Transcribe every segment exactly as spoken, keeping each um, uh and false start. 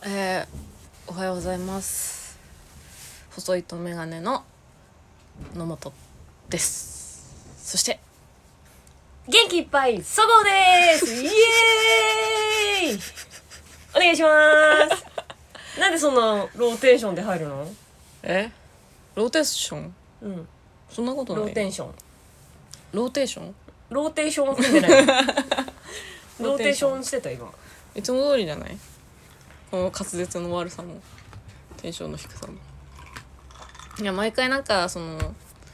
えー、おはようございます。細いとメガネの野本です。そして元気いっぱいそごうですイエーイお願いしますなんでそんなローテンションで入るの？ えローテーション？ うんそんなことない。 ローテンションローテーションローテーションしてないローテーションしてた今。 いつも通りじゃない？この滑舌の悪さもテンションの低さも。いや毎回なんかその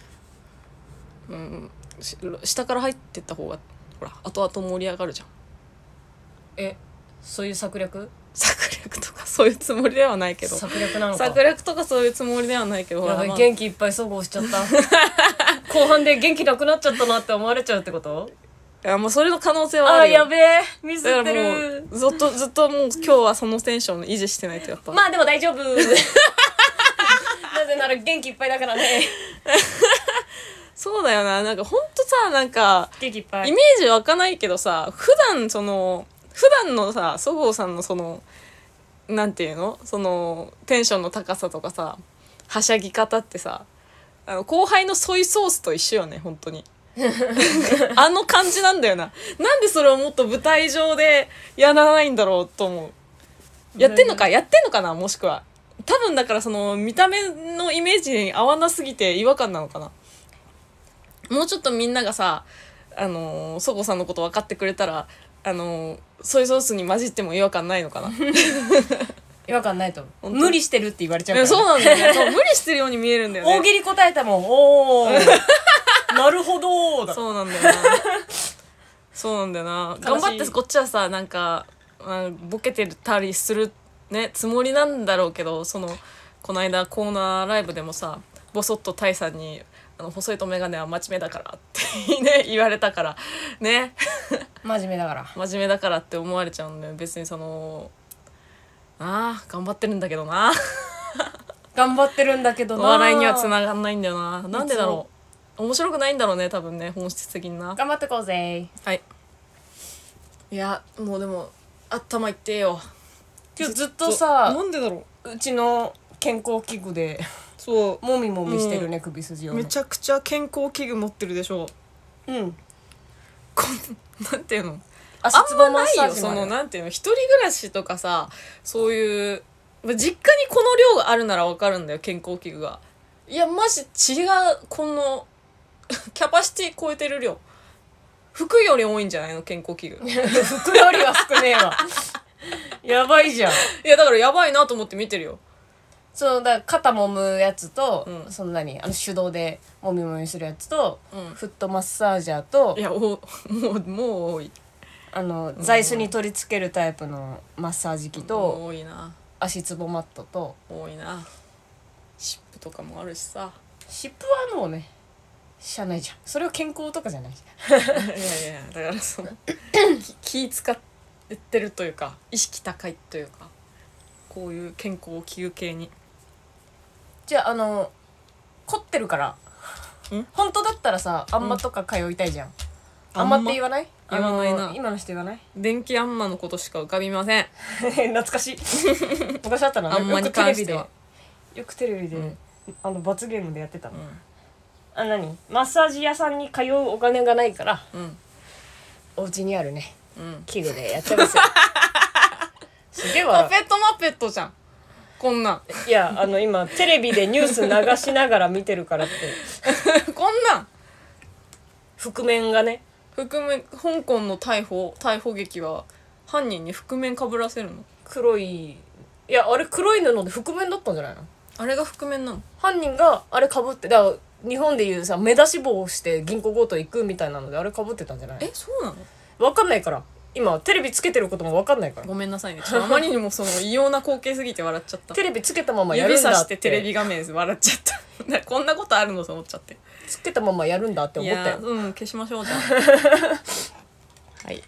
うん下から入ってった方がほら後々盛り上がるじゃん。 えそういう策略策略とかそういうつもりではないけど策略なのか。 策略とかそういうつもりではないけどほら、 やばい、 まあ、 元気いっぱいそごうしちゃった後半で元気なくなっちゃったなって思われちゃうってこと？ いやもうそれの可能性はあるよ。 あーやべえミスだからってもる。 うずっとずっともう今日はそのテンション維持してないとやっぱまあでも大丈夫なぜなら元気いっぱいだからね。 そうだよな。なんかほんとさなんか元気いっぱいイメージ湧かないけどさ普段その普段のさそごうさんのそのなんていうのそのテンションの高さとかさはしゃぎ方ってさあの後輩のソイソースと一緒よね本当にあの感じなんだよな。なんでそれをもっと舞台上でやらないんだろうと思う。やってんのかやってんのかなもしくは多分だからその見た目のイメージに合わなすぎて違和感なのかな。もうちょっとみんながさあのー、そごさんのこと分かってくれたらあのー、ソイソースに混じっても違和感ないのかな違和感ないと思う。 本当無理してるって言われちゃうから、ね、 そうなんだよね。そう無理してるように見えるんだよね。 大喜利答えたもん。おーなるほどだ。 そうなんだよなそうなんだよな。頑張ってこっちはさなんか、まあ、ボケてたりするねつもりなんだろうけどそのこの間コーナーライブでもさボソッとタイさんにあの細いとメガネは真面目だからってね言われたからね真面目だから真面目だからって思われちゃうんだよ。別にそのあー頑張ってるんだけどな頑張ってるんだけどな。 お笑いには繋がんないんだよな。なんでだろう。面白くないんだろうね多分ね本質的にな。 頑張ってこうぜ。 はい。いやもうでも頭いってよ。 今日ずっとさなんでだろううちの健康器具でそうもみもみしてるね、首筋をね。 めちゃくちゃ健康器具持ってるでしょ。 うんこんなんていうの足あんまつぼマッないよ。そサージもあるのなんていうの一人暮らしとかさそういう実家にこの量があるならわかるんだよ健康器具が。いやマジ違うこのキャパシティ超えてる量。服より多いんじゃないの健康器具服よりは少ねえわやばいじゃん。 いやだからやばいなと思って見てるよ。 そうだから肩もむやつと、 うんその何あの手動でもみもみするやつと、 うんフットマッサージャーといやおもうもう多い。 あの座椅子に取り付けるタイプのマッサージ機と、 多いな足つぼマットと多いな。湿布とかもあるしさ湿布はもうねしゃないじゃん。それは健康とかじゃないじいやいやだからその気使ってるというか意識高いというかこういう健康器具系に。 ゃん。じゃああの凝ってるからん本当だったらさあんまとか通いたいじゃん、 うんあんまって言わない？ 言わないなあの今の人言わない？ 電気あんまのことしか浮かびません。 懐かしい昔あったのあんまに関してはよくテレビでよくテレビで、 うんあの罰ゲームでやってたの、 うあ何マッサージ屋さんに通うお金がないからんうんお家にあるねうん器具でやってますよすげえパ笑ペットマペットじゃんこんなんう。いやあの今テレビでニュース流しながら見てるからってこんなん覆面がね覆面香港の逮捕逮捕劇は犯人に覆面かぶらせるの？ 黒いいやあれ黒い布で覆面だったんじゃないの？ あれが覆面なの？ 犯人があれかぶってだから日本でいうさ目出し帽をして銀行強盗行くみたいなのであれかぶってたんじゃないの？ えそうなの？ 分かんないから今テレビつけてることも分かんないからごめんなさいねちょっとあまりにもその異様な光景すぎて笑っちゃったテレビつけたままやるんだっ指さしててテレビ画面で笑っちゃったなこんなことあるのと思っちゃって。 つけたままやるんだって思ったよ。 いやうん消しましょうじゃあはい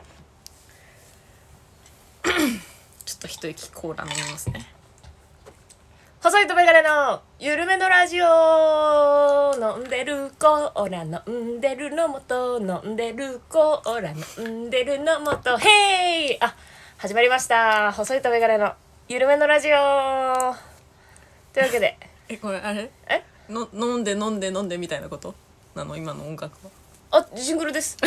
ちょっと一息コーラ飲みますね。 細いとメガネのゆるめのラジオ。飲んでるコーラ飲んでるのもと飲んでるコーラ飲んでるのもとヘイあ始まりました細いとメガネのゆるめのラジオというわけでえこれあれえの飲んで飲んで飲んでみたいなことなの今の音楽は。 あジングルです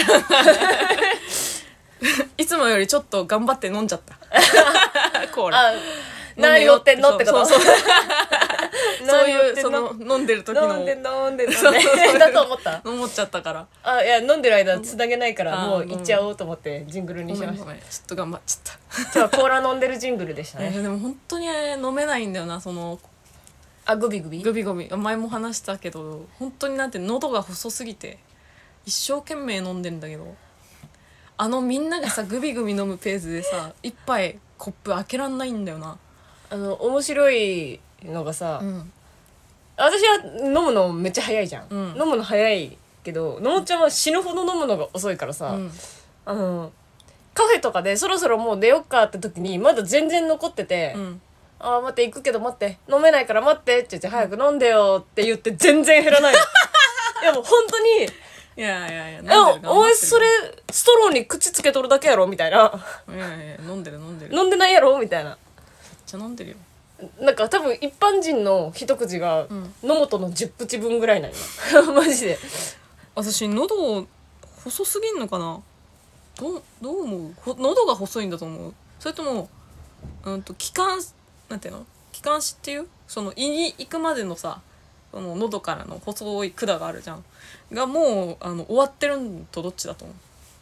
いつもよりちょっと頑張って飲んじゃったコーラ。 あ何乗ってんのってことそうそうそうそう何いうそ乗ってんのの飲んでる時の飲んで飲んで飲んそうそうそうでだと思った思っちゃったから。 あいや飲んでる間つなげないからあもう行っちゃおうと思ってジングルにごしましためんごめんちょっと頑張っちゃった今日はコーラ飲んでるジングルでしたえねーでも本当に飲めないんだよなそのあグビグビグビグビ前も話したけど本当になんて喉が細すぎて一生懸命飲んでんだけどあのみんながさグビグビ飲むペースでさ一杯コップ開けらんないんだよな。 あの面白いのがさ、 うん私は飲むのめっちゃ早いじゃん、 うん飲むの早いけどのもちゃんは死ぬほど飲むのが遅いからさ、 うんあのカフェとかでそろそろもう出よっかって時にまだ全然残ってて、 うんああ待って行くけど待って飲めないから待ってって言って早く飲んでよって言って全然減らないのいやもう本当にいやいやいや飲んでえる頑張ってるお前それストローに口つけとるだけやろみたいないやいや飲んでる飲んでるめっ飲んでないやろみたいなちゃ飲んでるよ。 なんか多分一般人の一口がん飲むとのじゅっ口分ぐらいなんよマジで私喉細すぎんのかな。どうどう思うほ喉が細いんだと思うそれともうんと気管なんていうの気管支っていうその胃に行くまでのさその喉からの細い管があるじゃんがもうあの終わってるんとどっちだと思う。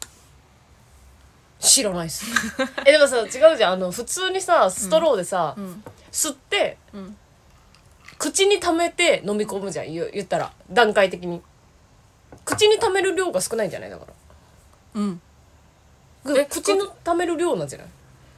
知らないっすえでもさ違うじゃんあの普通にさストローでさ、 うん吸ってうん口に溜めて飲み込むじゃん言言ったら段階的に口に溜める量が少ないんじゃないだからうんぐ口に溜める量なんじゃない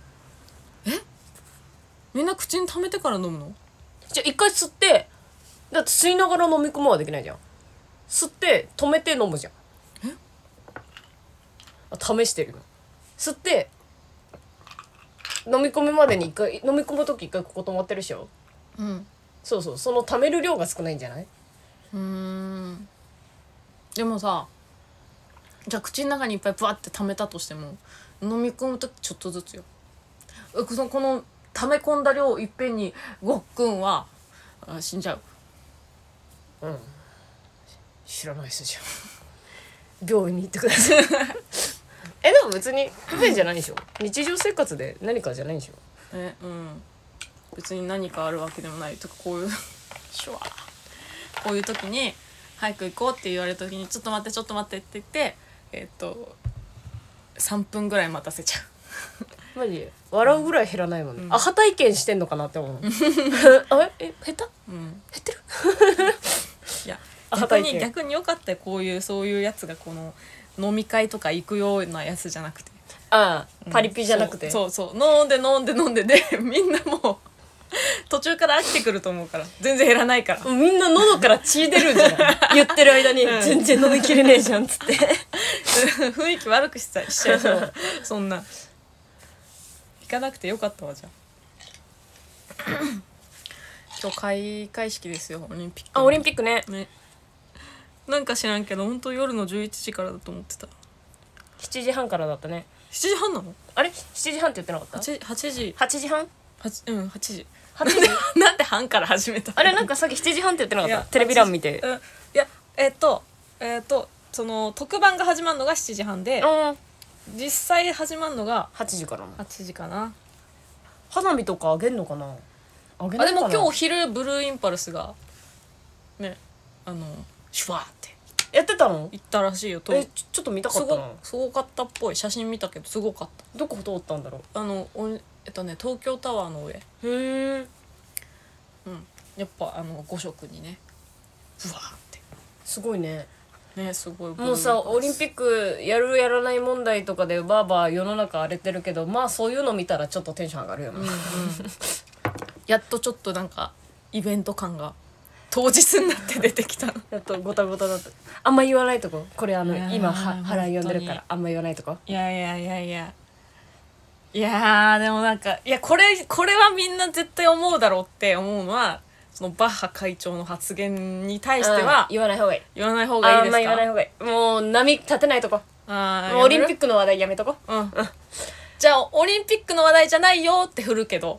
みんな口に溜めてから飲むの。 じゃあ一回吸ってだって吸いながら飲み込むはできないじゃん吸って止めて飲むじゃんえあ試してるよ吸って飲み込むまでに一回飲み込む時一回ここ止まってるでしょうんそうそうその溜める量が少ないんじゃないうーんでもさじゃあ口の中にいっぱいブワッて溜めたとしても飲み込むとちょっとずつよ。うこのこの溜め込んだ量いっぺんにごっくんはあ死んじゃう。 うん知らないっすじゃん病院に行ってくださいえでも別に不便じゃないでしょ日常生活で何かじゃないでしょえうん別に何かあるわけでもないとかこういうシュワーこういう時に早く行こうって言われた時にちょっと待ってちょっと待ってって言ってえーっとさんぷんぐらい待たせちゃう。 マジ笑うぐらい減らないもんね、 うんアハ体験してんのかなって思うあええ下手うん減ってるいやアハ逆体験に逆によかったよこういうそういうやつがこの飲み会とか行くようなやつじゃなくてああうんパリピじゃなくて、 そうそうそう飲んで飲んで飲んででみんなもう途中から飽きてくると思うから全然減らないからみんな喉から血出るんじゃない言ってる間にうん全然飲みきれねえじゃんっつって雰囲気悪くしちゃしちゃいそうそんな行かなくてよかったわじゃあ今日開会式ですよオリンピックあオリンピックねねなんか知らんけど本当夜のじゅういちじからだと思ってた。 しちじはんからだったねしちじはんなのあれしちじはんって言ってなかったはち, はちじはちじはんはちうんはちじはちじなんで半から始めたあれなんかさっきしちじはんって言ってなかいやったテレビ欄見てうんいやえっとえっとその特番が始まるのがしちじはんでうん実際始まるのがはちじからなはちじかな。 花火とかあげんのかなあげあでないかなも今日昼ブルーインパルスがねあのシュワーってやってたの行ったらしいよとえちょちょっと見たかすごったなすごかったっぽい写真見たけどすごかっどこ通ったんだろたあのおえっとね東京タワーの上うへえうんやっぱあのご色にねブワーってすごいねねすごいもうさオリンピッックやるやらない問題とかでバーバー世の中荒れてるけどまあそういうの見たらちょっとテンション上がるよな、 うんうん、やっとちょっとなんかイベント感が当日になって出てきたのやっとゴタゴタだったあんま言わないとここれあのいやー今は本当に腹読んでるからあんま言わないとこいやいやいやいやいやーでもなんかいやこれこれはみんな絶対思うだろうって思うのはそのバッハ会長の発言に対してはうん言わない方がいい言わない方がいいですか。 あんま言わない方がいいもう波立てないとこあーもうオリンピック、 クの話題やめとこうん、じゃあオリンピックの話題じゃないよって振るけどうん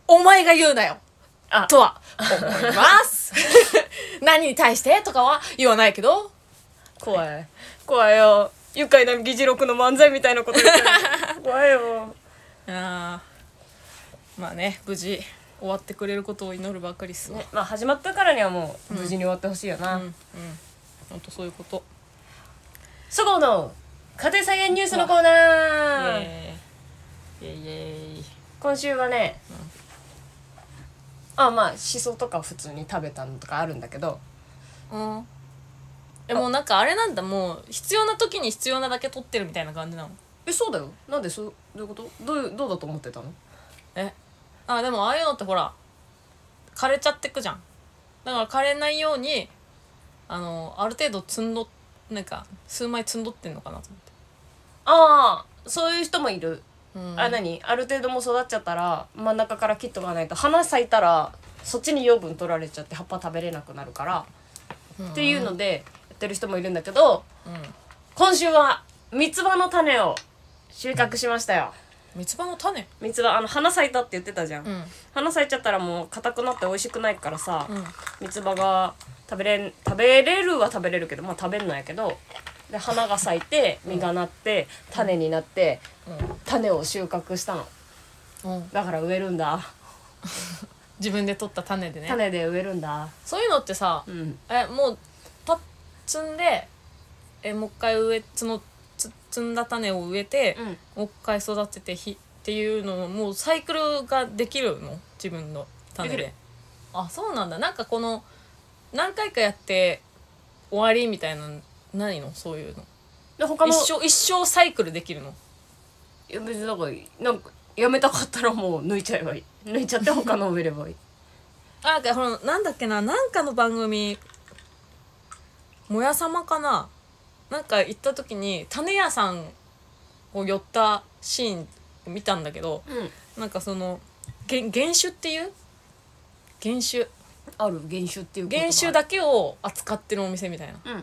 お前が言うなよあとは思います何に対してとかは言わないけど、 怖い怖いよ、愉快な議事録の漫才みたいなこと言ってる怖いよ。 あまあね無事終わってくれることを祈るばっかりっすわ、 ね、まあ始まったからにはもう無事に終わってほしいよな。 うんうんほんとそういうこと。 そごうの家庭菜園ニュースのコーナイー。 エーイイエイイエイ。 今週はね、うん、あまあしそとか普通に食べたのとかあるんだけど、 うんでもなんかあれなんだ、もう必要な時に必要なだけ取ってるみたいな感じなの。 えそうだよ。なんでそうどういうことどういうどうだと思ってたの？ えあでもああいうのってほら枯れちゃってくじゃん。だから枯れないようにあのある程度積んどなんか数枚積んどってんのかなと思って。 ああそういう人もいる。 うんあ何ある程度もう育っちゃったら真ん中から切っとかないと花咲いたらそっちに養分取られちゃって葉っぱ食べれなくなるから、うん、っていうのでやってる人もいるんだけど、うん、今週は三つ葉の種を収穫しましたよ。 三つ葉の種三つ葉あの花咲いたって言ってたじゃん、 うん、 花咲いちゃったらもう硬くなって美味しくないからさ、 うん、 三つ葉が食べれん食べれるは食べれるけどまあ食べんのやけどで花が咲いて実がなって、うん、種になって、うん、種を収穫したの、うん、だから植えるんだ自分で取った種でね種で植えるんだ。 そういうのってさ、うん、えもうた摘んでえもう一回植えそのつ摘んだ種を植えて、うん、もう一回育ててひっていうのもうサイクルができるの自分の種で。あそうなんだ。なんかこの何回かやって終わりみたいなないのそういうので他の一生一生サイクルできるの？ いや別になんかなんかやめたかったらもう抜いちゃえばいい抜いちゃって他の植えればいいあなんかほらなんだっけななんかの番組もやさまかななんか行った時に種屋さんを寄ったシーン見たんだけど、うん、なんかその原原種っていう原種ある原種っていう原種だけを扱ってるお店みたいな、 うん、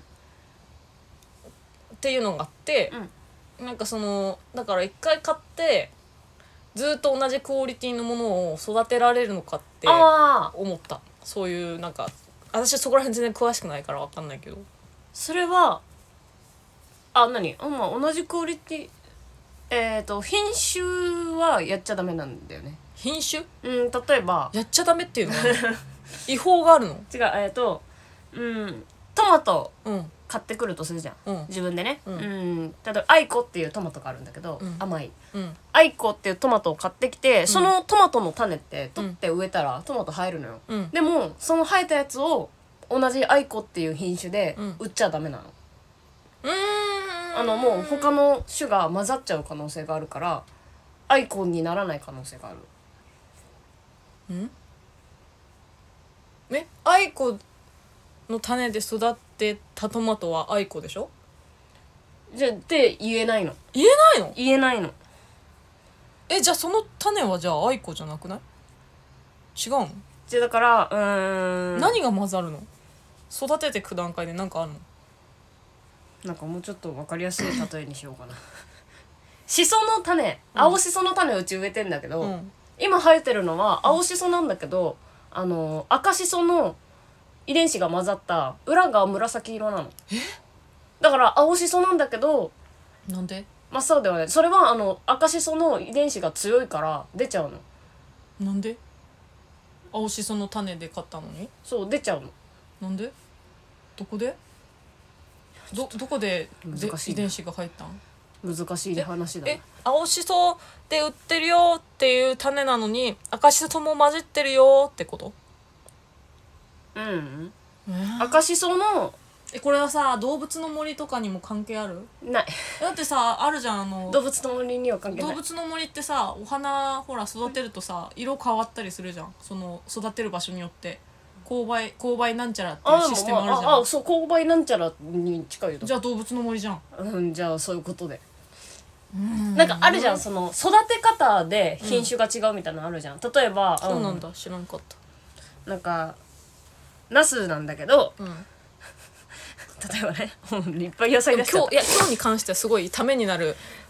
っていうのがあって、うん、なんかそのだから一回買ってずっと同じクオリティのものを育てられるのかって思った。そういうなんか私そこら辺全然詳しくないから分かんないけどそれはあ何あ、まあ、同じクオリティえっ、ー、と品種はやっちゃダメなんだよね。 品種うん例えばやっちゃダメっていうのは違法があるの？ 違うえっ、ー、とうんトマト買ってくるとするじゃん、うん、自分でね、うん、うん例えばアイコっていうトマトがあるんだけど、うん、甘い、うん、アイコっていうトマトを買ってきて、うん、そのトマトの種って取って植えたらトマト生えるのよ、うん、でもその生えたやつを同じアイコっていう品種で売っちゃダメなの、うん、あのもう他の種が混ざっちゃう可能性があるからアイコにならない可能性がある。 んえアイコの種で育ってたトマトはアイコでしょ？ じゃって言えないの。 言えないの？ 言えないの。 えじゃあその種はじゃあアイコじゃなくない？違うの？ じゃだからうーん何が混ざるの？育てていく段階で何かあるの？ なんかもうちょっと分かりやすい例えにしようかなシソの種青シソの種をうち植えてんだけど、うん、今生えてるのは青シソなんだけど、うん、あの赤シソの遺伝子が混ざった裏が紫色なの。 えだから青シソなんだけどなんで真っ青ではない。それはあの赤シソの遺伝子が強いから出ちゃうの。なんで青シソの種で買ったのにそう出ちゃうの。 なんでどこでど, どこで遺伝子が入ったん？ 難しい話だ、ね、 え青シソで売ってるよっていう種なのに赤シソも混じってるよってこと？ うん、えー、赤シソのえこれはさ動物の森とかにも関係ある？ ないだってさあるじゃんあの動物の森には関係ない。 動物の森ってさお花ほら育てるとさ色変わったりするじゃん。その育てる場所によって勾配勾配なんちゃらっていうシステムあるじゃん。 あああそう勾配なんちゃらに近いよ。 じゃあ動物の森じゃん。 うんじゃあそういうことでうんなんかあるじゃんその育て方で品種が違うみたいなのあるじゃん。例えば、 うん、そうなんだ知らんかった。 なんかナスなんだけど、うん、例えばねいっぱい野菜出しちゃった。 今日いや今日に関してはすごいためになる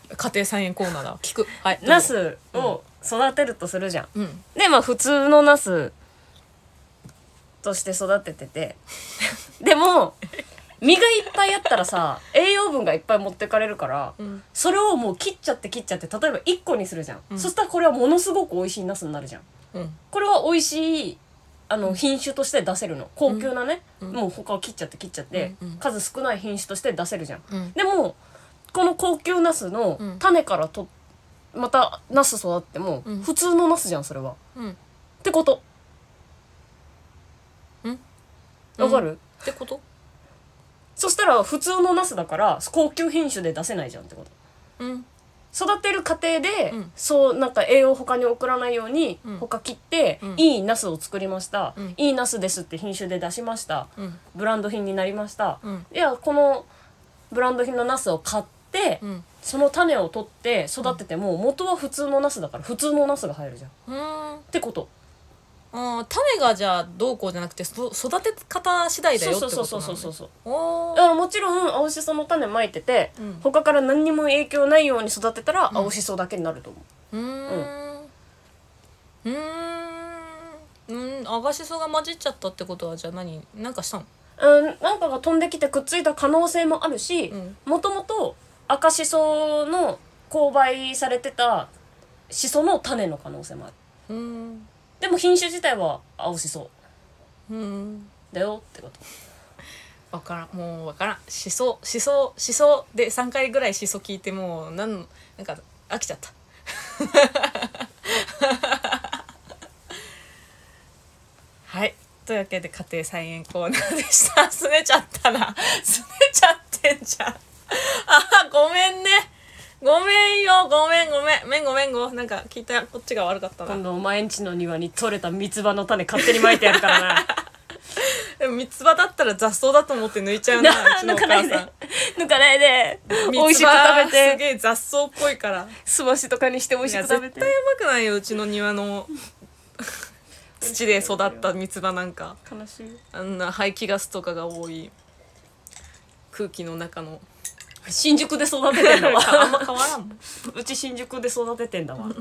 家庭菜園コーナーだ聞く。はい。 ナスを育てるとするじゃん、 うん、 でまあ普通のナスとして育てててでも実がいっぱいあったらさ栄養分がいっぱい持ってかれるから、うん、それをもう切っちゃって切っちゃって例えばいっこにするじゃん、うん、そしたらこれはものすごく美味しいナスになるじゃん、うん、これは美味しいあの、うん、品種として出せるの高級なね、うん、もう他を切っちゃって切っちゃって、うん、数少ない品種として出せるじゃん、うん、でもこの高級ナスの種からとまたナス育っても、うん、普通のナスじゃんそれは、うん、ってことわかる、うん、 ってことそしたら普通のナスだから高級品種で出せないじゃんってこと、うん、育てる過程で、うん、そうなんか栄養を他に送らないように、うん、他切って、うん、いいナスを作りました、うん、いいナスですって品種で出しました、うん、ブランド品になりました、うん、いやこのブランド品のナスを買って、うん、その種を取って育てても、うん、元は普通のナスだから普通のナスが入るじゃん、うん、ってことあ種がじゃあどうこうじゃなくて育て方次第だよってことなのね。そうそうそうそうそう。だからもちろん青しその種まいてて、うん、他から何にも影響ないように育てたら、うん、青しそだけになると思う。うーん。 うーん。うん。赤しそが混じっちゃったってことはじゃあ何なんかしたの？ うん。なんかが飛んできてくっついた可能性もあるし、もともと赤しその購買されてたしその種の可能性もある。うん。でも品種自体は青しそうんだよってことわからんもうわからんしそしそしそでさんかいぐらいしそ聞いてもうなんなんか飽きちゃったはいというわけで家庭菜園コーナーでしたすねちゃったなすねちゃってんじゃんあごめんねごめんよごめんごめんめんごめんごなんか聞いたこっちが悪かったな今度お前んちの庭に取れた三つ葉の種勝手にまいてやるからなでも三つ葉だったら雑草だと思って抜いちゃうなうちのお母さん抜かないで美味しく食べてすげえ雑草っぽいからすましとかにして美味しく食べて絶対やばくないようちの庭の土で育った三つ葉なんか悲しいあんな排気ガスとかが多い空気の中の新宿で育ててんだわあんま変わらんもんうち新宿で育ててんだわ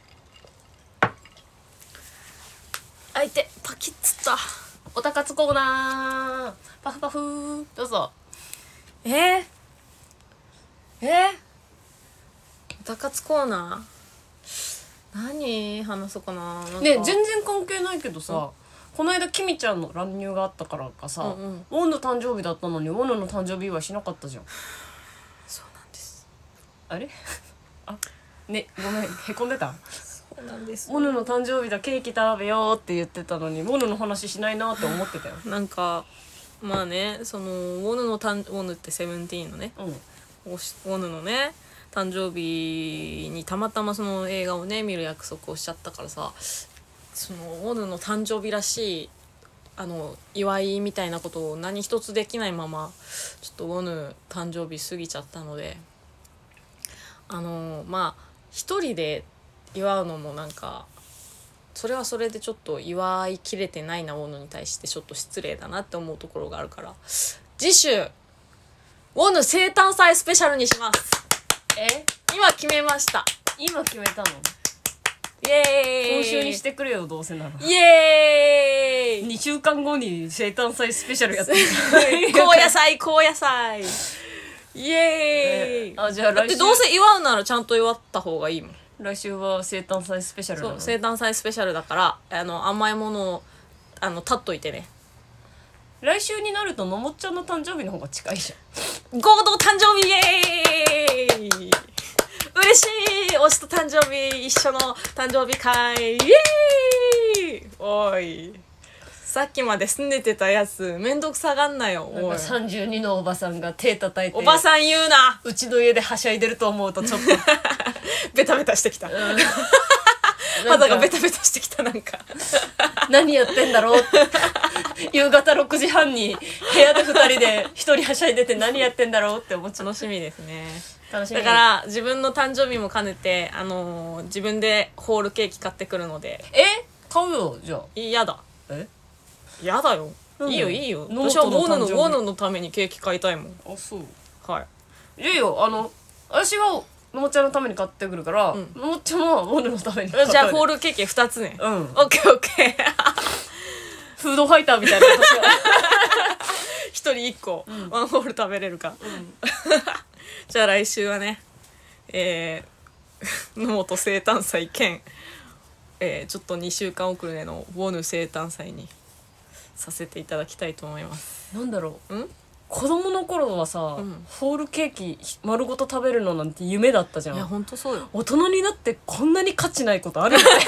あいてパキッつったおたかつコーナーパフパフどうぞえー、えー、おたかつコーナー何話そうかななんかね全然関係ないけどさこの間キミちゃんの乱入があったからかさ、うんうん、ウォンの誕生日だったのにウォンの誕生日祝いしなかったじゃんそうなんですあれあねごめんへこんでたそうなんです、 モヌの誕生日だケーキ食べようって言ってたのにモヌの話しないなって思ってたよなんかまあねそのウォヌの誕ウォヌってセブンティーンのね、うん、ウォヌのね誕生日にたまたまその映画をね見る約束をしちゃったからさそのウォヌの誕生日らしいあの祝いみたいなことを何一つできないままちょっとウォヌ誕生日過ぎちゃったのであのまあ一人で祝うのもなんかそれはそれでちょっと祝いきれてないなウォヌに対してちょっと失礼だなって思うところがあるから次週ウォヌ生誕祭スペシャルにします。 え今決めました。 今決めたのイエーイ今週にしてくれよどうせならイエーイにしゅうかんごに生誕祭スペシャルやってる高野菜高野菜イエーイ、えー、あじゃあ来週だってどうせ祝うならちゃんと祝った方がいいもん。 来週は生誕祭スペシャルなの。 そう生誕祭スペシャルだからあの甘いものをあの立っといてね。 来週になるとのもっちゃんの誕生日の方が近いじゃん。合同誕生日イエーイ嬉しい推しと誕生日一緒の誕生日会イエーイおいさっきまで拗ねてたやつめんどくさがんなよ。 なんかさんじゅうにのおばさんが手叩いておばさん言うなうちの家ではしゃいでると思うとちょっとベタベタしてきた、うん、肌がベタベタしてきたなんか何やってんだろうって夕方ろくじはんに部屋でふたりでひとりはしゃいでて何やってんだろうって思っちゃう。 楽しみですね。 楽しみだから自分の誕生日も兼ねて、あのー、自分でホールケーキ買ってくるので。 え買うよじゃあ。 嫌だ。 え嫌だよ、うん、いいよいいよ私はウォヌののためにケーキ買いたいもん。 あそうはいいいよあの私はももちゃんのために買ってくるから、うん、ももちゃんも俺のために買ってくる。 じゃあホールケーキふたつね。 うん。 オッケーオッケー。 フードファイターみたいな私は一人一個、うん、ワンホール食べれるか、うん、じゃあ来週はねえー、野本生誕祭兼、えー、ちょっとにしゅうかん遅れのウォヌ生誕祭にさせていただきたいと思います。 なんだろう、 ん子供の頃はさ、うん、ホールケーキ丸ごと食べるのなんて夢だったじゃん。 いやほんとそうよ。 大人になってこんなに価値ないことあるんだね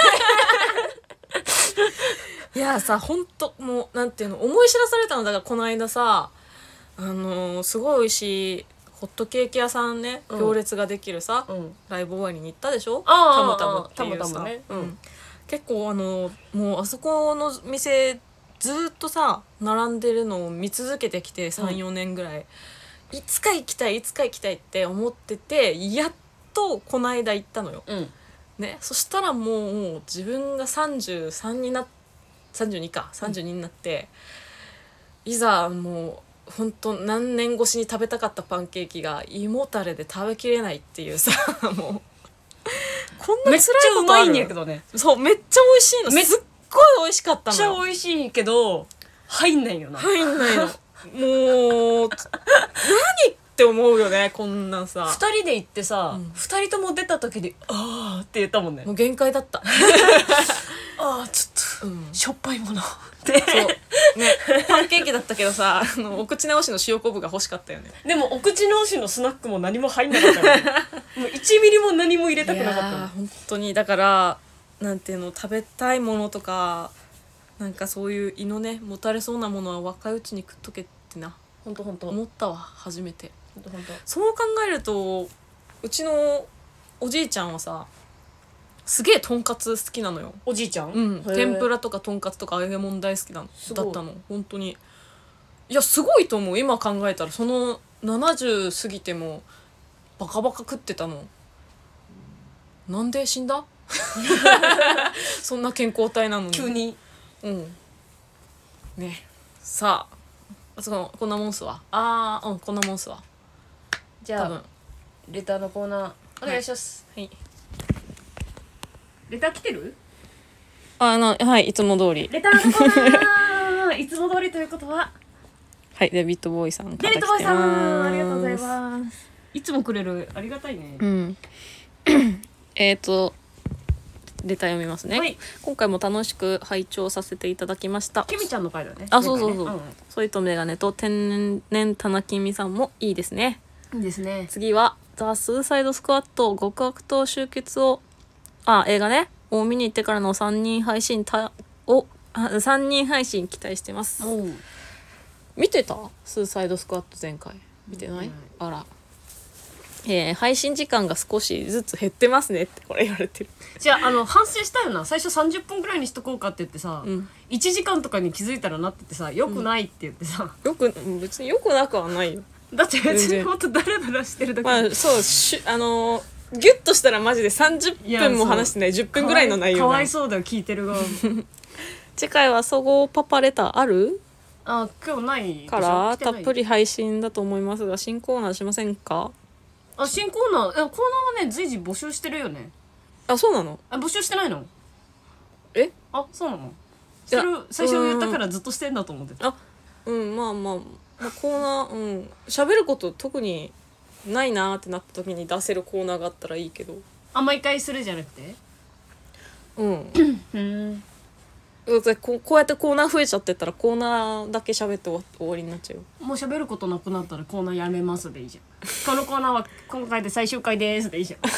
いやさほんともうなんていうの思い知らされたのだからこの間さあのー、すごい美味しいホットケーキ屋さんね、うん、行列ができるさ、うん、ライブ終わりに行ったでしょ。 タムタムっていうさ、 タムタムね、うん、 結構あのもうあそこの店ずっとさ並んでるのを見続けてきて さん,よ 年ぐらい、うん、いつか行きたいいつか行きたいって思っててやっとこの間行ったのよ、 うんね、そしたらもう、もう自分がさんじゅうさんになさんじゅうにかさんじゅうにになって、うん、いざもうほんと何年越しに食べたかったパンケーキが胃もたれで食べきれないっていうさもうこんな辛いことある。 めっちゃうまいんやけどね。 そうめっちゃ美味しいの。すっごい美味しかったのよ。 めっちゃ美味しいけど入んないよな。 入んないのもう何って思うよねこんなんさ。 ふたりで行ってさ、うん、ふたりとも出た時であーって言ったもんね。 もう限界だったあーちょっと、うん、しょっぱいものってそうねパンケーキだったけどさあのお口直しの塩昆布が欲しかったよね。 でもお口直しのスナックも何も入んなかったからもういちミリも何も入れたくなかった。いや本当にだからなんていうの食べたいものとかなんかそういう胃のねもたれそうなものは若いうちに食っとけってなほんとほんと思ったわ初めて。 ほんとほんとそう考えるとうちのおじいちゃんはさすげえとんかつ好きなのよ。 おじいちゃん、 うん、天ぷらとかとんかつとか揚げ物大好きだだったの本当に。いやすごいと思う今考えたら。そのななじゅう過ぎてもバカバカ食ってたのなんで死んだそんな健康体なのに急に。 うんねさあそのこんなもんすわ。あーうんこんなもんすわ。 じゃあ多分レターのコーナーお願いします。 はい、はい、 レター来てる？ あのはいいつも通りレターのコーナーいつも通りということははいデビッドボーイさんから来てます。 デビッドボーイさんありがとうございます。いつもくれるありがたいね。 うんえっとレター読みますね、はい、今回も楽しく拝聴させていただきました。 ケミちゃんの回だね。 あそうそうそう、ねうん、ソイとメガネと天然たなきみさんもいいですね。 いいですね。 次はザ・スーサイドスクワット極悪党集結をあ映画ねを見に行ってからのさんにん配信たをあさんにん配信期待してます。見てたスーサイドスクワット前回見てない、うん、あらえー、配信時間が少しずつ減ってますねってこれ言われてる。 じゃああの反省したよな。最初さんじゅっぷんぐらいにしとこうかって言ってさ、うん、いちじかんとかに気づいたらなっててさよくないって言ってさ、 うん、よく別によくなくはないよ。 だって別にほんとダラダラしてるだけ、 まあ、そうしあのー、ギュッとしたらマジでさんじゅっぷんも話してないじゅっぷんぐらいの内容。 かわいそうだよ聞いてる側次回は総合パパレターあるあ今日ないからたっぷり配信だと思いますが新コーナーしませんか。 あ新コーナーコーナーはね随時募集してるよね。 あそうなの。 あ募集してないの。 えあそうなの。してる最初言ったからずっとしてんだと思ってた。 あうんまあまあ、まあ、コーナーうん喋ること特にないなーってなった時に出せるコーナーがあったらいいけど。 あ毎回するじゃなくてうんうんこ, こうやってコーナー増えちゃってったらコーナーだけ喋って終わりになっちゃうよ。 もう喋ることなくなったらコーナーやめますでいいじゃんこのコーナーは今回で最終回ですでいいじゃん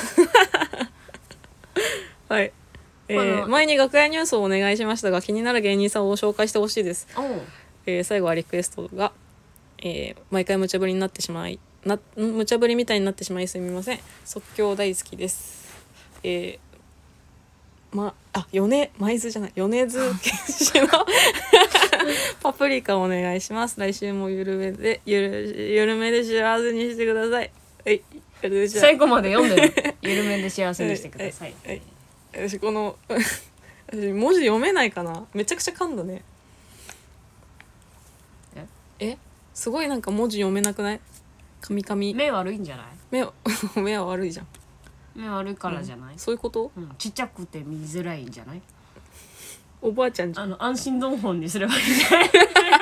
はい、えー、前に楽屋ニュースをお願いしましたが気になる芸人さんを紹介してほしいです。えー、最後はリクエストが、えー、毎回無茶ぶりになってしまいな無茶ぶりみたいになってしまいすみません。即興大好きです。えーま、あ、米、舞鶴じゃない、米津玄師のパプリカお願いします。来週もゆるめで、ゆる、ゆるめで幸せにしてください。はい。 最後まで読んでる。ゆるめで幸せにしてください。はい。はいはい、私この、私文字読めないかな。めちゃくちゃ噛んだね。ええすごいなんか文字読めなくない？噛み噛み。 目悪いんじゃない？ 目は、目は悪いじゃん。 目悪いからじゃない、 うん、そういうこと、 うん、ちっちゃくて見づらいんじゃない？ おばあちゃんじゃん。 あの安心ドンフォンにすればいいんじゃない？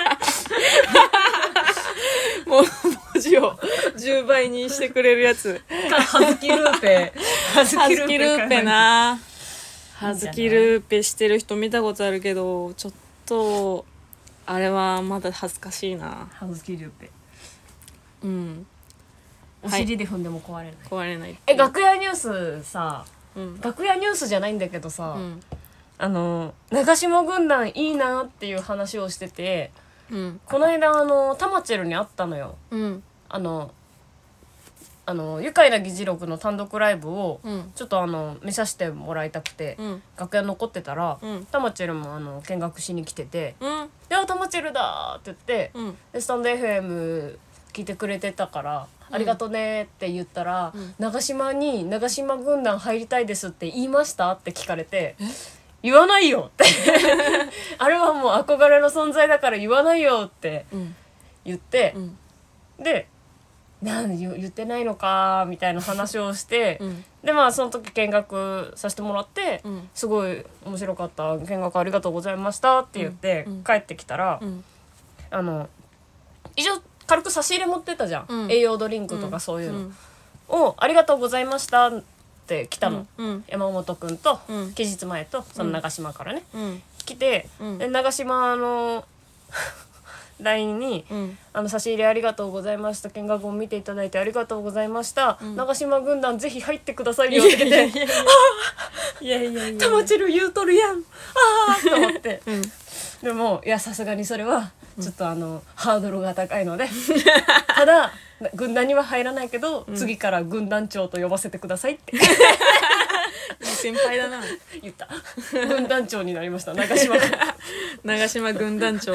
もう文字をじゅうばいにしてくれるやつ。 はずきルーペはずきルーペな。はずきルーペしてる人見たことあるけど、ちょっとあれはまだ恥ずかしいな。 はずきルーペ、 うん、 お尻で踏んでも壊れない、 壊れない。 え楽屋ニュースさ、 うん、 楽屋ニュースじゃないんだけどさ、 うん、 あの長島軍団いいなっていう話をしてて、 うん、 この間あのタマチェルに会ったのよ、 うん、 あのあの愉快な議事録の単独ライブをちょっとあの見させてもらいたくて、うん、楽屋残ってたら、うん、タマチェルもあの見学しに来てて「うん、であタマチェルだ!」って言って、うん、でスタンド エフエム 聞いてくれてたから「ありがとね」って言ったら、うん、長島に長島軍団入りたいですって言いましたって聞かれて言わないよってあれはもう憧れの存在だから言わないよって言って、うん、でなん言ってないのかみたいな話をして、うん、でまあその時見学させてもらって、うん、すごい面白かった、見学ありがとうございましたって言って、うん、帰ってきたら、うん、あの一応軽く差し入れ持ってたじゃん、うん、栄養ドリンクとかそういうの、うん、をありがとうございましたって来たの、うん、山本くんと、うん、期日前とその長島からね、うん、来て、うん、で長島のライン に、うん、あの差し入れありがとうございました、見学を見ていただいてありがとうございました、うん、長島軍団ぜひ入ってくださいよって言っていやいやいやタマチェル言うとるやんあーと思って、うん、でもいやさすがにそれはちょっとあの、うん、ハードルが高いのでただ軍団には入らないけど、うん、次から軍団長と呼ばせてくださいっていい先輩だな言った軍団長になりました長島長島軍団長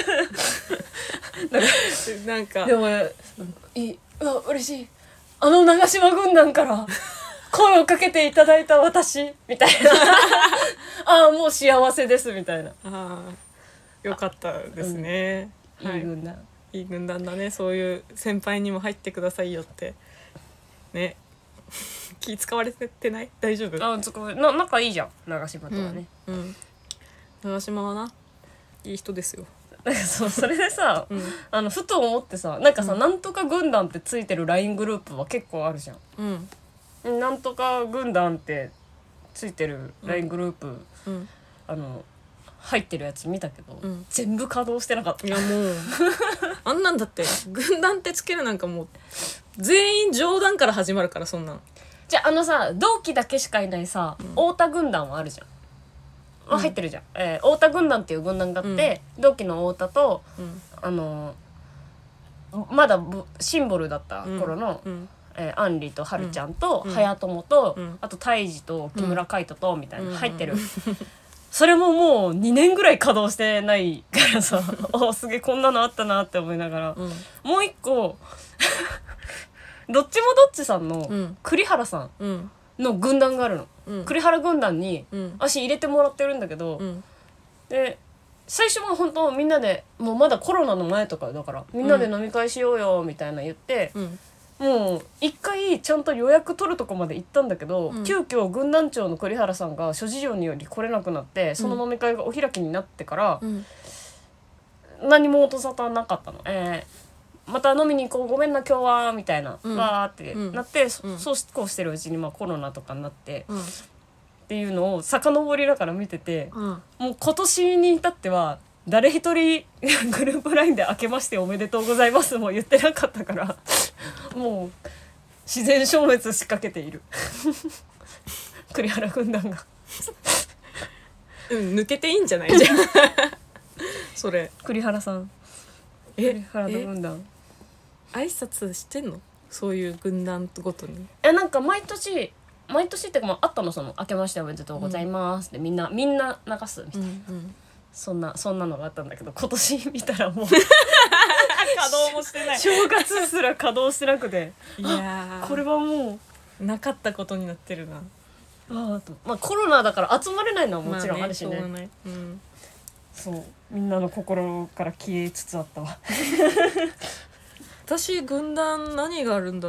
なんかでもいいうわ嬉しい、あの長島軍団から声をかけていただいた私みたいなああもう幸せですみたいな、 ああよかったですね、 うん、はい、いい軍団、 いい軍団だね。そういう先輩にも入ってくださいよってね気使われてない？大丈夫？ あそこな仲いいじゃん長島とはね、 うんうん、長島はないい人ですよそうそれでさ、うん、あのふと思ってさなんかさ、うん、なんとか軍団ってついてる ライン グループは結構あるじゃん、うん、なんとか軍団ってついてる ライン グループ、うん、あの入ってるやつ見たけど、うん、全部稼働してなかった。 いやもうあんなんだって軍団ってつけるなんかもう全員冗談から始まるからそんなん。 じゃああのさ同期だけしかいないさ、うん、太田軍団はあるじゃん、うん、入ってるじゃん、えー、太田軍団っていう軍団があって、うん、同期の太田と、うん、あのまだシンボルだった頃の、うんうんえー、アンリとハルちゃんと、うん、隼人と、うん、あと泰治と木村海斗とみたいな入ってる、うんうん、それももうにねんぐらい稼働してないからさあすげえこんなのあったなって思いながら、うん、もう一個どっちもどっちさんの栗原さんの軍団があるの、うん、栗原軍団に足入れてもらってるんだけど、うん、で最初は本当みんなでもうまだコロナの前とかだからみんなで飲み会しようよみたいな言って、うん、もう一回ちゃんと予約取るとこまで行ったんだけど、うん、急遽軍団長の栗原さんが諸事情により来れなくなってその飲み会がお開きになってから、うん、何も音沙汰なかったの、えーまた飲みに行こうごめんな今日はみたいな、うん、わーってなって、うん、そ, そうこうしてるうちにまあコロナとかになって、うん、っていうのを遡りながら見てて、うん、もう今年に至っては誰一人グループラインで明けましておめでとうございますも言ってなかったからもう自然消滅しかけている栗原軍団がうん抜けていいんじゃないじゃんそれ栗原さんえ栗原の軍団挨拶してんの？そういう軍団ごとに。 えなんか毎年毎年ってかもあったのその明けましておめでとうございますって、うん、みんなみんな流すみたいな、うんうん、そんなそんなのがあったんだけど今年見たらもう稼働もしてない正月すら稼働してなくていやこれはもうなかったことになってるなあと、まあ、コロナだから集まれないのはもちろんあるしね、まあ、ね、しょうがない、うん、そうみんなの心から消えつつあったわ私軍団何があるんだろう。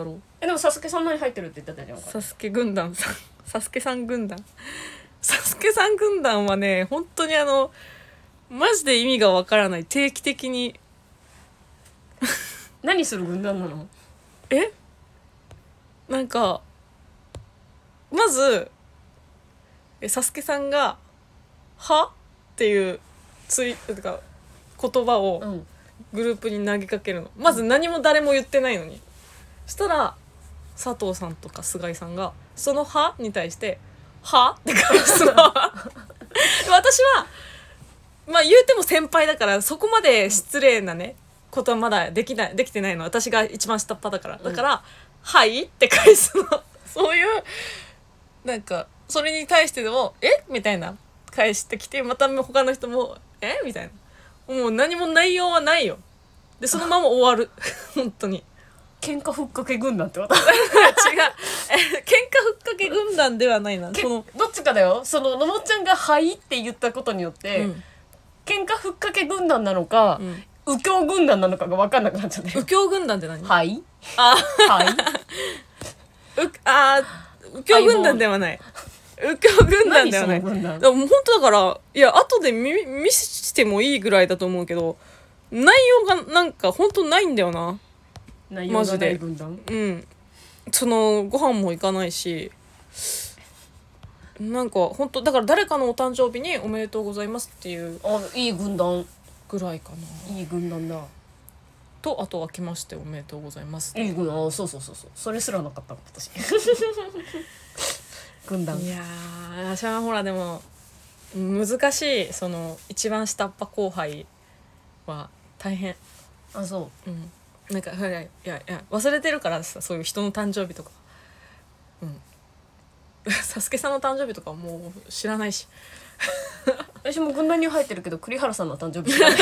えでもサスケさん何入ってるって言ってたじゃん。 サスケ軍団さんサスケさん軍団サスケさん軍団はね本当にあのマジで意味がわからない。定期的に何する軍団なの？ えなんかまずえサスケさんが「は?」っていうツイてか言葉をグループに投げかけるの。まず何も誰も言ってないのに、そしたら佐藤さんとか菅井さんがその「は?」に対して「は?」って返すの私はまあ言うても先輩だからそこまで失礼なねことはまだできないできてないの。私が一番下っ端だからだから「はい」って返すのそういうなんかそれに対してでも「えみたいな返してきて、また他の人も「えみたいな、もう何も内容はないよ。でそのまま終わる本当に喧嘩ふっかけ軍団ってこと？ 違うえ喧嘩ふっかけ軍団ではないな。 このどっちかだよ。そののもちゃんが「はい」って言ったことによって、うん、喧嘩ふっかけ軍団なのか、うん、右京軍団なのかが分かんなくなっちゃったよ。 右京軍団って何？ はいあはいうあ右京軍団ではない右京軍団ではない。でも本当だからいや後で 見, 見してもいいぐらいだと思うけど内容がなんか本当ないんだよな。 内容がない軍団？ うん。そのご飯も行かないしなんか本当だから誰かのお誕生日におめでとうございますっていうあいい軍団ぐらいかな。 いい軍団だとあとは来ましておめでとうございますいい軍団。そうそうそうそうそれすらなかったの私軍団。 いやー私はほらでも難しい。その一番下っ端後輩は大変。 あそう。 うんなんかいやいやいや忘れてるからさそういう人の誕生日とかうんサスケさんの誕生日とかもう知らないし私も軍団に入ってるけど栗原さんの誕生日知らない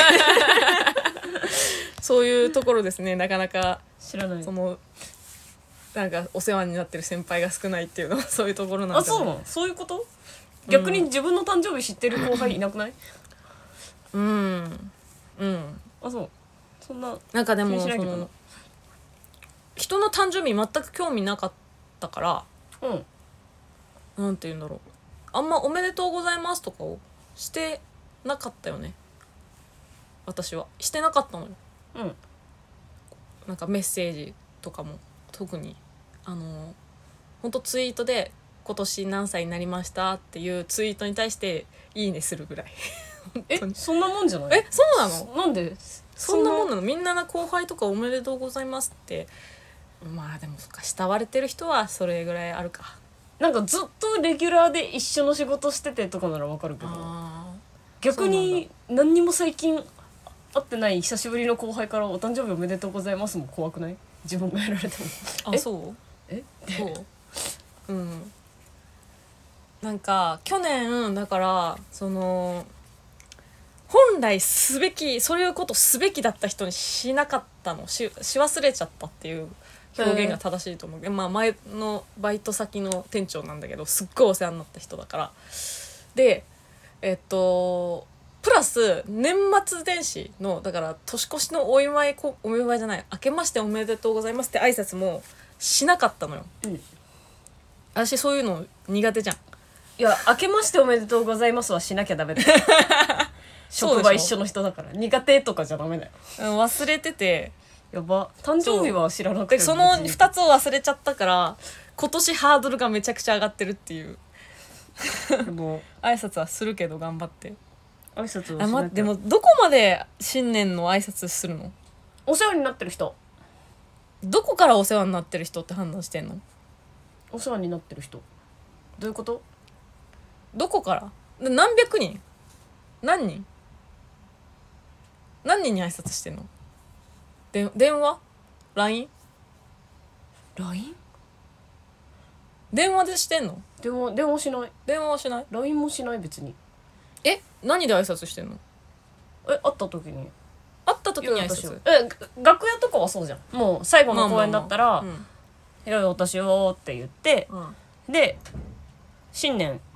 そういうところですね。なかなか知らない。 そのなんかお世話になってる先輩が少ないっていうのはそういうところなんじゃない？あそうなの？そういうこと？逆に自分の誕生日知ってる後輩いなくない？ うんうんあそう。そんななんかでもその人の誕生日全く興味なかったから、うん、なんて言うんだろうあんまおめでとうございますとかをしてなかったよね。私はしてなかったのよ。うん。なんかメッセージとかも特にあのほんとツイートで今年何歳になりましたっていうツイートに対していいねするぐらいえそんなもんじゃない？ えそうなの？ なんでそんなもんなの？みんなの後輩とかおめでとうございますってまあでもそっか慕われてる人はそれぐらいあるか。 なんかずっとレギュラーで一緒の仕事しててとかならわかるけど逆に何にも最近会ってない久しぶりの後輩からお誕生日おめでとうございますも怖くない？自分がやられてもあそうえそううんなんか去年だからその本来すべきそういうことすべきだった人にしなかったの し, し忘れちゃったっていう表現が正しいと思うけど、まあ、前のバイト先の店長なんだけどすっごいお世話になった人だからでえっとプラス年末年始のだから年越しのお祝いお祝いじゃない明けましておめでとうございますって挨拶もしなかったのよ、うん、私そういうの苦手じゃん。 いや明けましておめでとうございますはしなきゃダメだよ職場一緒の人だから苦手とかじゃダメだよ。 忘れててやば誕生日は知らなくてそのふたつを忘れちゃったから今年ハードルがめちゃくちゃ上がってるっていうでも挨拶はするけど頑張って挨拶はしなきゃ。 でもどこまで新年の挨拶するの？ お世話になってる人。 どこからお世話になってる人って判断してんの？ お世話になってる人どういうこと？ どこから何百人何人何人に挨拶してんの？で電話 ラインライン電話でしてんの？ 電話電話しない。 電話はしない？ ライン もしない別に。 え何で挨拶してんの？ え会った時に会った時に挨拶。 え楽屋とかはそうじゃん。もう最後の公演だったら「良いお年を」って言って、うん、で新年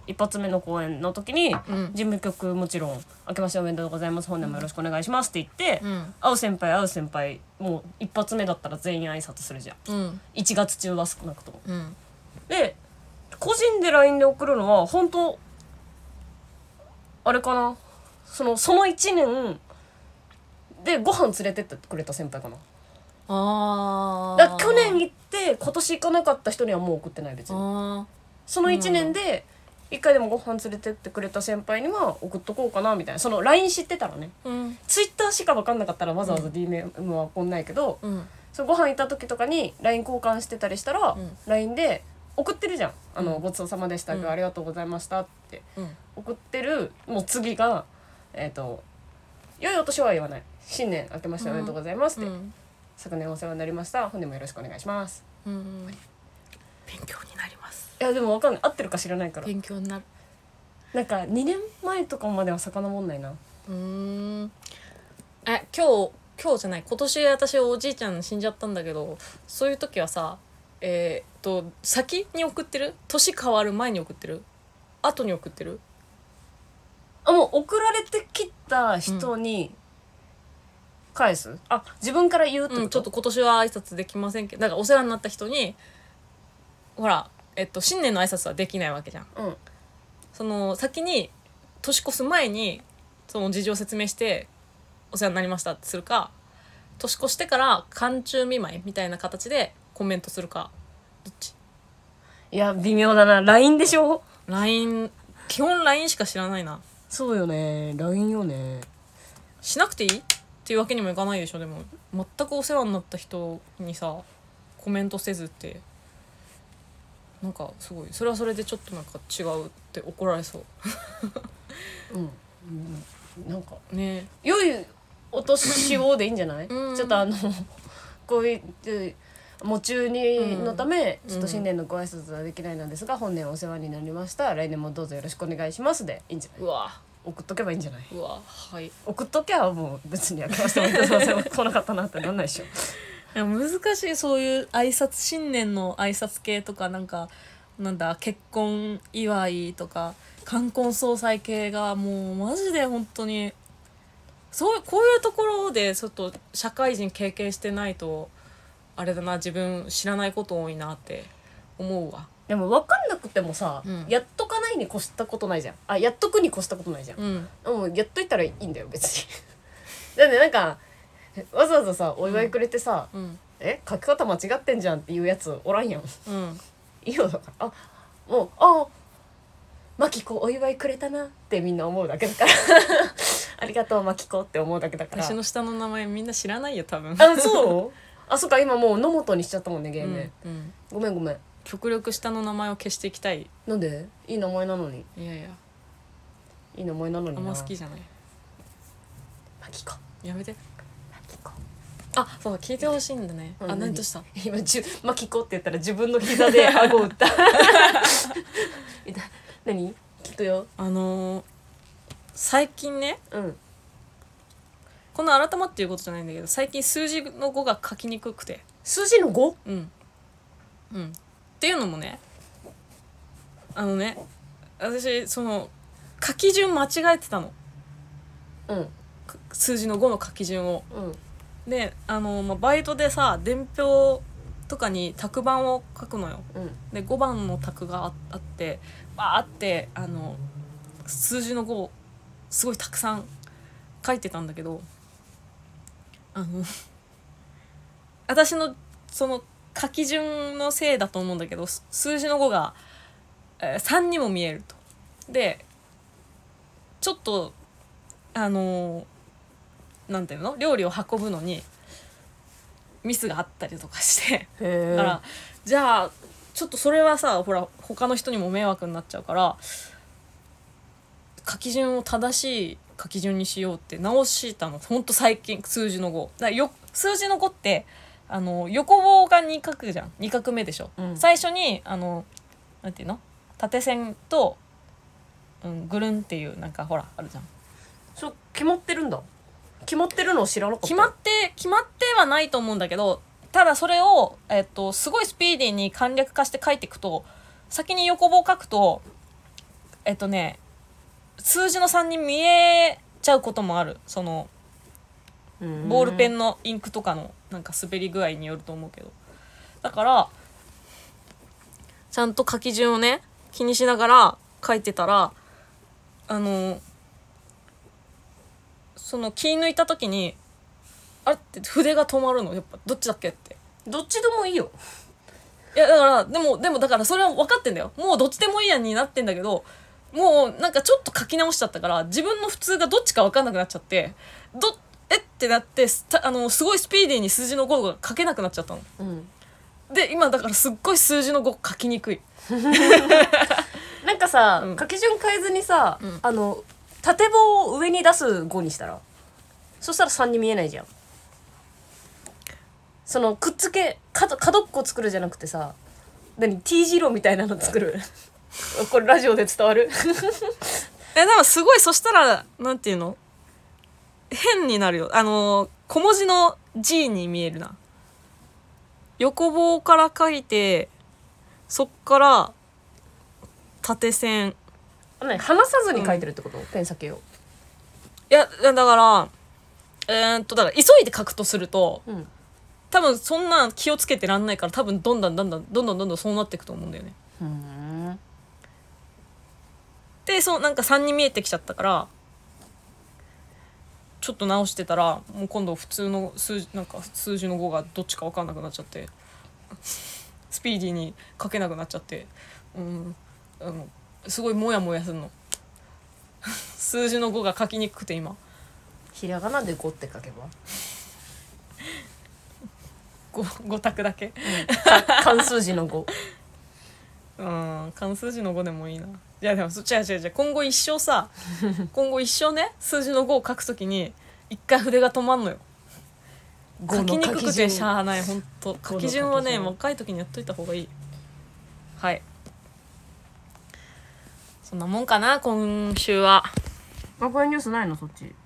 一発目の公演の時に、 うん、 事務局もちろん「明けましておめでとうございます本年もよろしくお願いします」って言って、 うん、 会う先輩会う先輩もう一発目だったら全員挨拶するじゃん、うん、いちがつ中は少なくとも、うん、で個人で ライン で送るのは本当あれかな、そのそのいちねんでご飯連れてってくれた先輩かな。あだ去年行って今年行かなかった人にはもう送ってない別に。あそのいちねんでいっかいでもご飯連れてってくれた先輩には送っとこうかなみたいな。その ライン 知ってたらね、うん、Twitter しか分かんなかったらわざわざ ディーエム は送んないけど、うん、そのご飯行った時とかに ライン 交換してたりしたら、うん、ライン で送ってるじゃん。あの、うん、ごちそうさまでした、うん、ありがとうございましたって、うん、送ってるもう次がえっ、ー、と良いお年は言わない、新年明けましておめでとうございますって、うん、昨年お世話になりました、本年もよろしくお願いします、うん、 勉強になります。 いやでも分かんない、合ってるか知らないから勉強になる。 なんかにねんまえとかまでは遡んないな。 うーんえ今日今日じゃない今年私おじいちゃん死んじゃったんだけど、そういう時はさえー、っと先に送ってる、年変わる前に送ってる、後に送ってる。 あもう送られてきた人に返す、うん、あ自分から言うってこと、 うん、ちょっと今年は挨拶できませんけど、だからお世話になった人にほらえっと新年の挨拶はできないわけじゃん、うん、その先に年越す前にその事情を説明してお世話になりましたってするか、年越してから寒中見舞いみたいな形でコメントするか、どっち？ いや微妙だな。 ライン でしょ。 ライン 基本 ライン しか知らないな。 そうよね ライン よね。 しなくていいっていうわけにもいかないでしょ。でも全くお世話になった人にさコメントせずってなんかすごいそれはそれでちょっとなんか違うって怒られそううん、うん、なんかね良いお年をでいいんじゃない、うん、ちょっとあのこういう喪中にのため、うん、ちょっと新年のご挨拶はできないのですが、本年お世話になりました、来年もどうぞよろしくお願いしますでいいんじゃない。 うわ送っとけばいいんじゃない。 うわはい送っとけばもう別に明けましておめでとうございます来なかったなってなんないでしょ。いや難しい、そういう挨拶新年の挨拶系とかなんかなんだ結婚祝いとか冠婚葬祭系がもうマジで本当にそうこういうところでちょっと社会人経験してないとあれだな、自分知らないこと多いなって思うわ。 でも分かんなくてもさ、うん、やっとかないに越したことないじゃん。あやっとくに越したことないじゃん、うん、もうやっといたらいいんだよ別にだってなんかわざわざさお祝いくれてさ、うん、え書き方間違ってんじゃんっていうやつおらんやん、うん、いいよだからあもうあマキコお祝いくれたなってみんな思うだけだからありがとうマキコって思うだけだから。 私の下の名前みんな知らないよ多分あそうあそっか今もう野本にしちゃったもんね芸名、うんうん、ごめんごめん。 極力下の名前を消していきたい。 なんでいい名前なのに。 いやいやいい名前なのにな。 あんま好きじゃない。 マキコやめて。 マキコあそう聞いてほしいんだね、うん、あ何とした今じゅマキコって言ったら自分の膝で顎打った何聞くよ。 あのー、最近ね、うん、この改まっていうことじゃないんだけど最近数字のごが書きにくくて。 数字の ご？ うんうん、っていうのもねあのね私その書き順間違えてたの、うん、数字のごの書き順を、うん、であの、まあ、バイトでさ伝票とかに卓番を書くのよ、うん、でごばんの卓が あ, あってバーってあの数字のごをすごいたくさん書いてたんだけどあの私のその書き順のせいだと思うんだけど数字のごが、えー、さんにも見えると。でちょっとあのー、なんていうの料理を運ぶのにミスがあったりとかしてだからじゃあちょっとそれはさほら他の人にも迷惑になっちゃうから書き順を正しい書き順にしようって直したのほんと最近。数字のごだよ数字のごってあの横棒がに画じゃんに画目でしょ、うん、最初にあのなんていうの縦線と、うん、ぐるんっていうなんかほらあるじゃん。 そう決まってるんだ。決まってるのを知らなかった。 決まって決まってはないと思うんだけどただそれを、えっと、すごいスピーディーに簡略化して書いていくと先に横棒書くとえっとね数字のさんに見えちゃうこともある。そのボールペンのインクとかのなんか滑り具合によると思うけど、だからちゃんと書き順をね気にしながら書いてたら、あのその気抜いた時にあれって筆が止まるの。やっぱどっちだっけって。 どっちでもいいよ。 いやだからでもでもだからそれは分かってんだよ。もうどっちでもいいやになってんだけど、もうなんかちょっと書き直しちゃったから自分の普通がどっちか分かんなくなっちゃって、どえってなってあのすごいスピーディーに数字のごが書けなくなっちゃったの、 うん、 で今だからすっごい数字のご書きにくいなんかさ、 うん、 書き順変えずにさ、 うん、 あの縦棒を上に出すごにしたら、そしたらさんに見えないじゃん。そのくっつけ角角っこ作るじゃなくてさ、何 T 字路みたいなの作るこれラジオで伝わるえでもすごい、そしたらなんていうの変になるよ。あの小文字の G に見えるな。横棒から書いてそっから縦線、 ね、離さずに書いてるってこと、うん、ペン先を。 いやだからえー、っとだから急いで書くとすると、うん、多分そんな気をつけてらんないから、多分どんどんどんどんどんどんどんどんそうなっていくと思うんだよね。 ふーん。 でそうなんかさんに見えてきちゃったから、ちょっと直してたらもう今度普通の数字なんか数字のごがどっちか分かんなくなっちゃってスピーディーに書けなくなっちゃって、うん、あのすごいモヤモヤするの数字のごが書きにくくて今。 ひらがなでごって書けばごご択だけ、うん、 漢数字のごうん漢数字のごでもいいな。いやでもそっちは違う違う、今後一生さ今後一生ね数字のごを書くときに一回筆が止まんのよ。書きにくくてしゃあない。ほんと書き順はね若い時にやっといた方がいい。はい、そんなもんかな今週は。 学園ニュースないのそっち。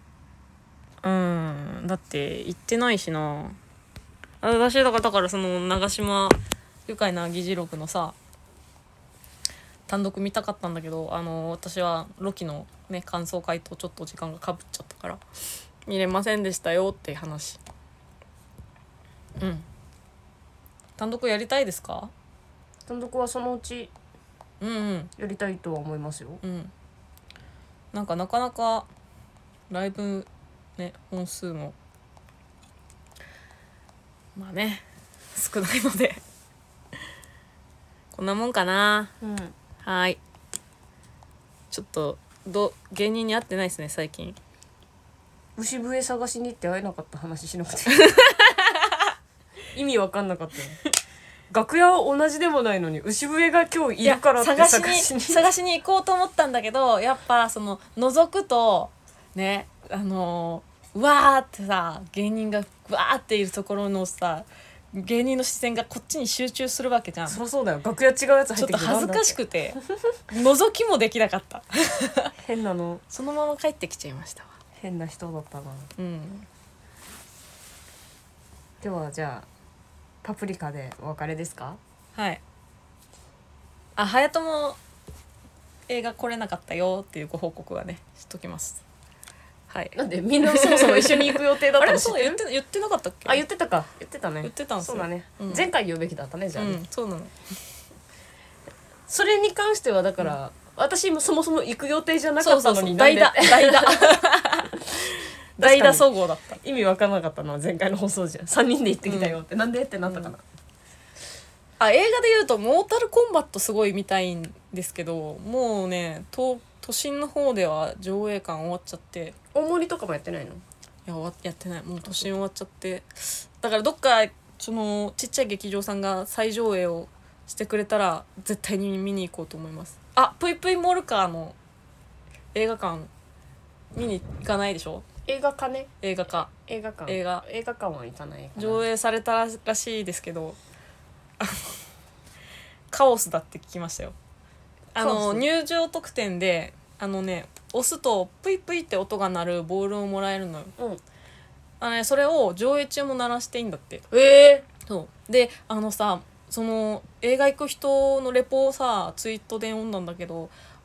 うんだって行ってないしな。私だからだからその長島愉快な議事録のさ単独見たかったんだけど、あの私はロキのね感想会とちょっと時間がかぶっちゃったから見れませんでしたよって話。うん単独やりたいですか？ 単独はそのうちうんうんやりたいとは思いますよ。 うんなんかなかなかライブね本数もまあね少ないのでこんなもんかな。 うんはいちょっとど芸人に会ってないですね最近。 牛笛探しに行って会えなかった話しなくて意味わかんなかったよ楽屋は同じでもないのに牛笛が今日いるからって探しに探しに探しに行こうと思ったんだけど、やっぱその覗くとねあのうわーってさ芸人がわーっているところのさ芸人の視線がこっちに集中するわけじゃん。 そりゃそうだよ。楽屋違うやつ入ってきてちょっと恥ずかしくて覗きもできなかった変なのそのまま帰ってきちゃいましたわ。 変な人だったな。 うんではじゃあパプリカでお別れですか？ はいあ隼人も映画来れなかったよっていうご報告はねしときます。はいなんでみんなそもそも一緒に行く予定だったのあれそう言って言ってなかったっけ？ あ言ってたか言ってたね言ってたんですよ。 そうだね、 うん、 前回言うべきだったねじゃあね、 うん、そうなの。 それに関してはだから、うん、私もそもそも行く予定じゃなかったのに代打代打代打総合だった。 意味わからなかったのは前回の放送じゃん。さんにんで行ってきたよって、うん、なんでってなったかな、うん、 あ映画でいうとモータルコンバットすごい見たいんですけど、もうね都都心の方では上映館終わっちゃって。 大森とかもやってないの？いや終わやってない。もう都心終わっちゃって、だからどっかそのちっちゃい劇場さんが再上映をしてくれたら絶対に見に行こうと思います。あぷいぷいモルカーの映画館見に行かないでしょ？ 映画館ね。 映画館映画館映画映画館は行かないかな。 上映されたらしいですけどカオスだって聞きましたよ。あの入場特典であのね押すとプイプイって音が鳴るボールをもらえるのよ、うん、あのねそれを上映中も鳴らしていいんだって。 ええー、 そうであのさその映画行く人のレポをさツイートで読んだんだけど、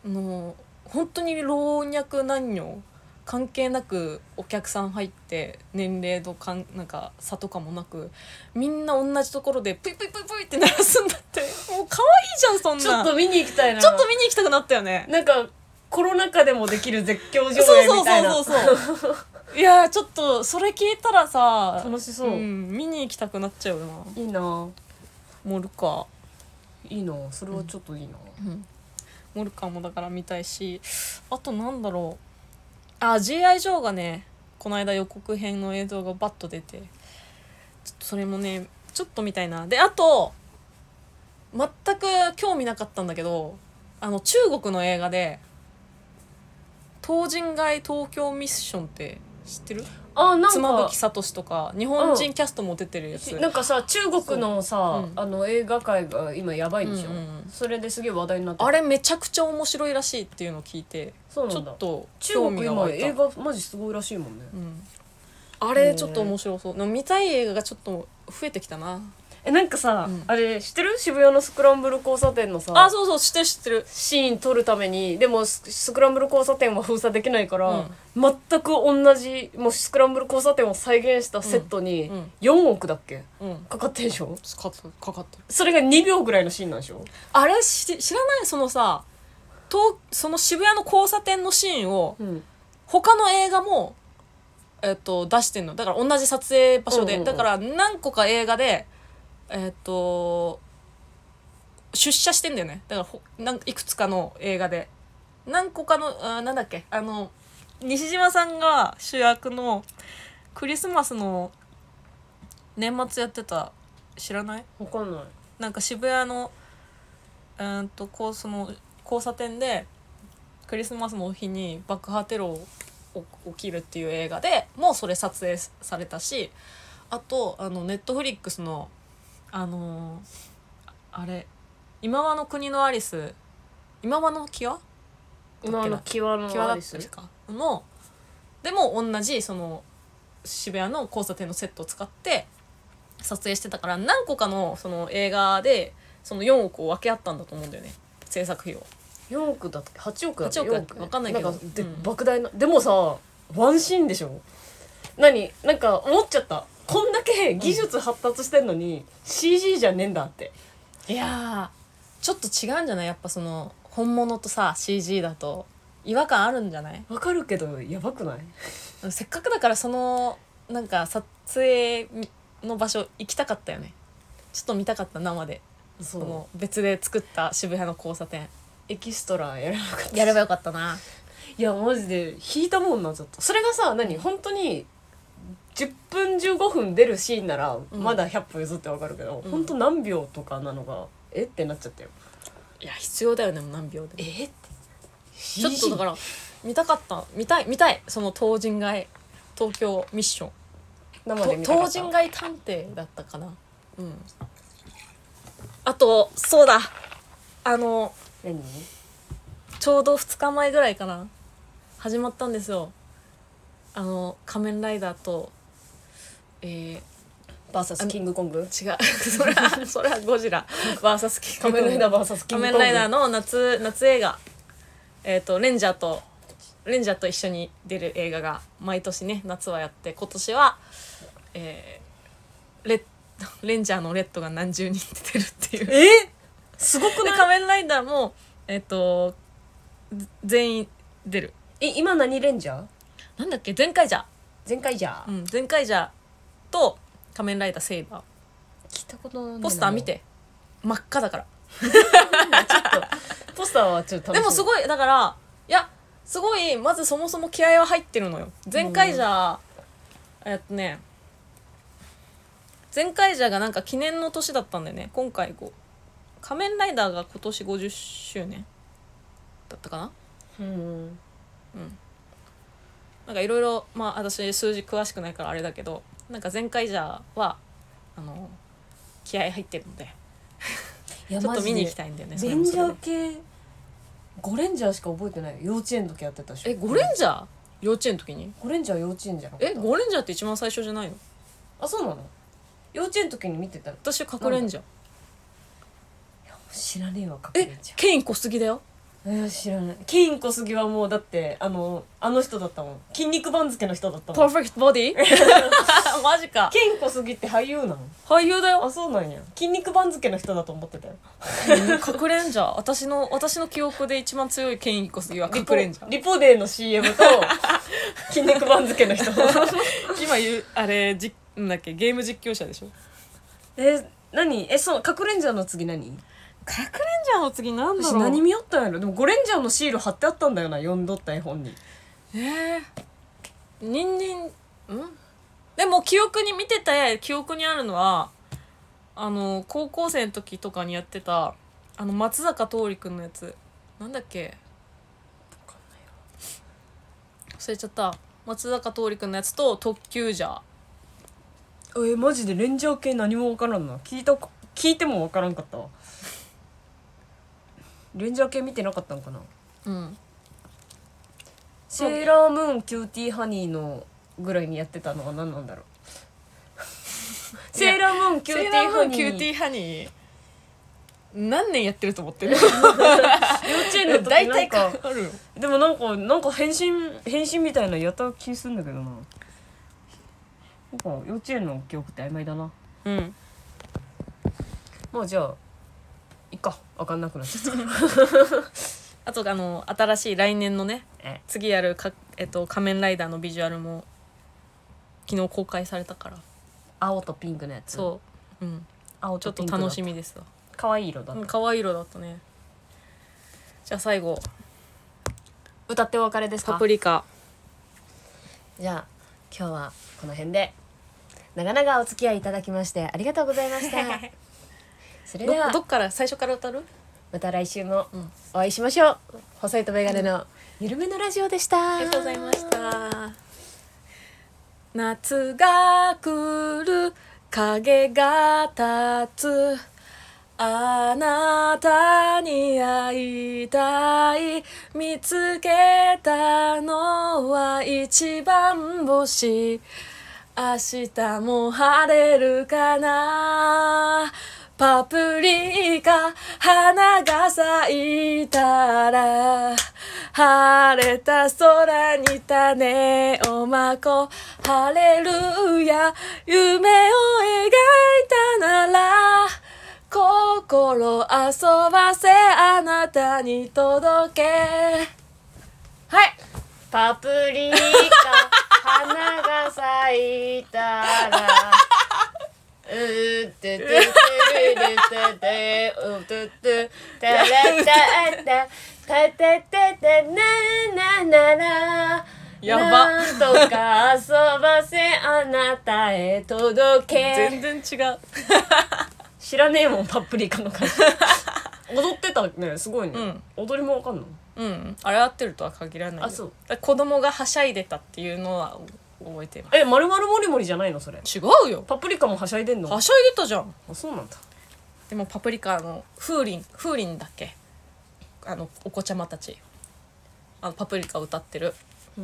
の本当に老若男女関係なくお客さん入って年齢とかんなんか差とかもなくみんな同じところでプイプイプイプイって鳴らすんだって。もう可愛いじゃんそんな。 ちょっと見に行きたいな。 ちょっと見に行きたくなったよね。 なんかコロナ禍でもできる絶叫上映みたいな。 そうそうそうそうそういやちょっとそれ聞いたらさ楽しそう、うん、 見に行きたくなっちゃうよな。 いいな。 モルカいいな、それはちょっといいな、 うんうん、モルカーもだから見たいし、あとなんだろう、あ ジーアイ ジョーがねこの間予告編の映像がバッと出て、ちょっとそれもねちょっと見たいな。であと全く興味なかったんだけど、あの中国の映画で東人街東京ミッションって知ってる？ あ、なんか妻夫木聡とか日本人キャストも出てるやつ、 うん、なんかさ中国のさ、うん、あの映画界が今やばいんでしょ、うんうん、それですげえ話題になってあれめちゃくちゃ面白いらしいっていうのを聞いて、 そうなんだ、 ちょっと中国今映画マジすごいらしいもんね、 うん、あれちょっと面白そう。見たい映画がちょっと増えてきたな。 えなんかさ、うん、あれ知ってる？渋谷のスクランブル交差点のさ、 あそうそう知ってる知ってるシーン撮るために、でもスクランブル交差点は封鎖できないから、うん、全く同じもうスクランブル交差点を再現したセットによんおくだっけ、うん、かかってんでしょ。 かかかってる。 それがにびょうぐらいのシーンなんでしょ。 あれし知らない？そのさとその渋谷の交差点のシーンを、うん、他の映画も、えー、と出してんのだから同じ撮影場所で、うんうんうん、だから何個か映画でえっ、ー、と出社してんだよね。だからほなんいくつかの映画で何個かのあなんだっけあの西島さんが主役のクリスマスの年末やってた、知らない？ わかんない。 なんか渋谷のうんとこうその交差点でクリスマスの日に爆破テロ起きるっていう映画でもうそれ撮影されたし、あとあのネットフリックスのあのー、あれ今和の国のアリス、今和の際今和の際のアリスのでも同じその渋谷の交差点のセットを使って撮影してたから、何個かのその映画でそのよんおくを分け合ったんだと思うんだよね、制作費を。 よんおくだっけはちおくだっけ、 はちおくだっけ分かんないけど、 なんかで、うん、莫大な。でもさワンシーンでしょ。何なんか思っちゃった、こんだけ技術発達してんのに、うん、シージー じゃねえんだって。 いやちょっと違うんじゃない？やっぱその本物とさ シージー だと違和感あるんじゃない？ わかるけどやばくない？ せっかくだからそのなんか撮影の場所行きたかったよね。ちょっと見たかった生で。その別で作った渋谷の交差点エキストラやればよかった。 やればよかったな。 いやマジで引いたもんなちょっと。それがさ何本当にじゅっぷんじゅうごふん出るシーンならまだひゃっぷ譲ってわかるけど、うん、本当何秒とかなのがえってなっちゃったよ。 いや必要だよね何秒で。 えってちょっとだから見たかった見たい見たいその東人街東京ミッション生で見たかった。 東人街探偵だったかな。うん。あとそうだあの何ちょうどふつかまえぐらいかな始まったんですよ。あの仮面ライダーとえーバーサスキングコング。違うそれはそれはゴジラバーサスキングコング。 仮面ライダー ブイエス キングコング。 仮面ライダーの夏夏映画、えっ、ー、とレンジャーとレンジャーと一緒に出る映画が毎年ね夏はやって、今年は、えー、レッレンジャーのレッドが何十人出てるっていう。 えすごくない？ で仮面ライダーもえっ、ー、と全員出る。 え今何レンジャー？ なんだっけ全カイジャー。 全カイジャー。 うん全カイジャーと仮面ライダーセイバー。 聞いたことない。 ポスター見て真っ赤だからちょっとポスターはちょっと楽しみ。 でもすごいだからいやすごいまずそもそも気合は入ってるのよ。全カイジャーえっとね全カイジャーがなんか記念の年だったんだよね今回。こう仮面ライダーが今年ごじゅっしゅうねんだったかな。 うんうんなんかいろいろまあ私数字詳しくないからあれだけど、なんか全カイジャーはあの気合入ってるのでちょっと見に行きたいんだよね。 レンジャー系ゴレンジャーしか覚えてない。幼稚園の時やってたし。 えゴレンジャー幼稚園の時に？ ゴレンジャー幼稚園じゃなかった？ えゴレンジャーって一番最初じゃないの？ あそうなの？幼稚園の時に見てた。 私は隠レンジャー。 知らねえわ隠レンジャー。えケイン小杉だよ。 えー、知らない。ケイン小杉はもうだってあのあの人だったもん。筋肉番付の人だったもん。 パーフェクトボディマジか。 ケイン小杉って俳優なの？ 俳優だよ。 あ、そうなんや。筋肉番付の人だと思ってたよ。 隠れんじゃん。私の私の記憶で一番強いケイン小杉は隠れんじゃん。 リポデーの シーエム と筋肉番付の人。 今言うあれじなんだっけ、ゲーム実況者でしょ。 え、何？え、そう、隠れんじゃんの次何？ 隠れんじゃんの次なんだろう。 私何見よったんやろ。でもゴレンジャーのシール貼ってあったんだよな、読んどった絵本に。 えー、ニンニンんでも記憶に見てた記憶にあるのはあの高校生の時とかにやってたあの松坂桃李くんのやつなんだっけ、忘れちゃった。松坂桃李くんのやつと特急ジャー。 え、マジでレンジャー系何も分からんな。聞いた聞いても分からんかったわ。レンジャー系見てなかったんかな。 うん。 セーラームーンキューティーハニーのぐらいにやってたのは何なんだろう。セーラームーンキューティーハニー。セーラームーンキューティーハニー何年やってると思ってる？幼稚園の時大体なんかあるよ。 でもなんかなんか変身変身みたいなやった気するんだけどな。なんか幼稚園の記憶って曖昧だな。 うん。 まあじゃあいっか、分かんなくなっちゃった。 あとあの新しい来年のねえ次やるか、えっと、仮面ライダーのビジュアルも昨日公開されたから。 青とピンクのやつ。 そう、うん、 青ちょっととピンク楽しみですわ。 可愛い色だった。 うん、可愛い色だったね。じゃあ最後歌ってお別れですか？ パプリカ。 じゃあ今日はこの辺で長々お付き合いいただきましてありがとうございました。それではどどっから最初から歌る？ また来週もうんお会いしましょう。細いとメガネのゆるめのラジオでした。 ありがとうございました。夏が来る影が立つあなたに会いたい見つけたのは一番星明日も晴れるかなパプリカ花が咲いたら晴れた空に種をまこうハレルヤ夢を描いたなら心遊ばせあなたに届け。 はい。パプリカ花が咲いたらうーてててるるててうててたらたたたたたたななならやばなんとか遊ばせあなたへ届け。 全然違う。 知らねえもんパプリカの歌詞。踊ってたね、すごいね、うん、踊りもわかんの？ うん、あれ合ってるとは限らないよ。 あ、そう。 子供がはしゃいでたっていうのは覚えてます。 え、まるまるもりもりじゃないのそれ？ 違うよ。 パプリカもはしゃいでんの？ はしゃいでたじゃん。 あ、そうなんだ。 でもパプリカの風鈴風鈴だっけ、あのお子ちゃまたちあのパプリカを歌ってる。 うん、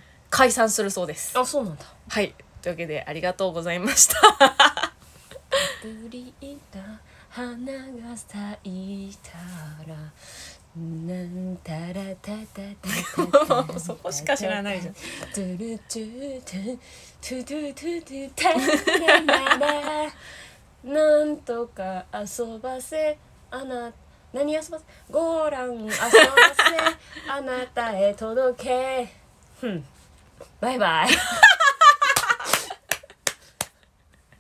解散するそうです。 あ、そうなんだ。 はい、というわけでありがとうございました。 パプリカ花が咲いたらなんたらたたたたそこしか知らないじゃん。 トゥルトゥトゥトゥトゥトゥトゥタラララなんとか遊ばせあな何遊ばせごらん遊ばせあなたへ届け。ふんバイバイ。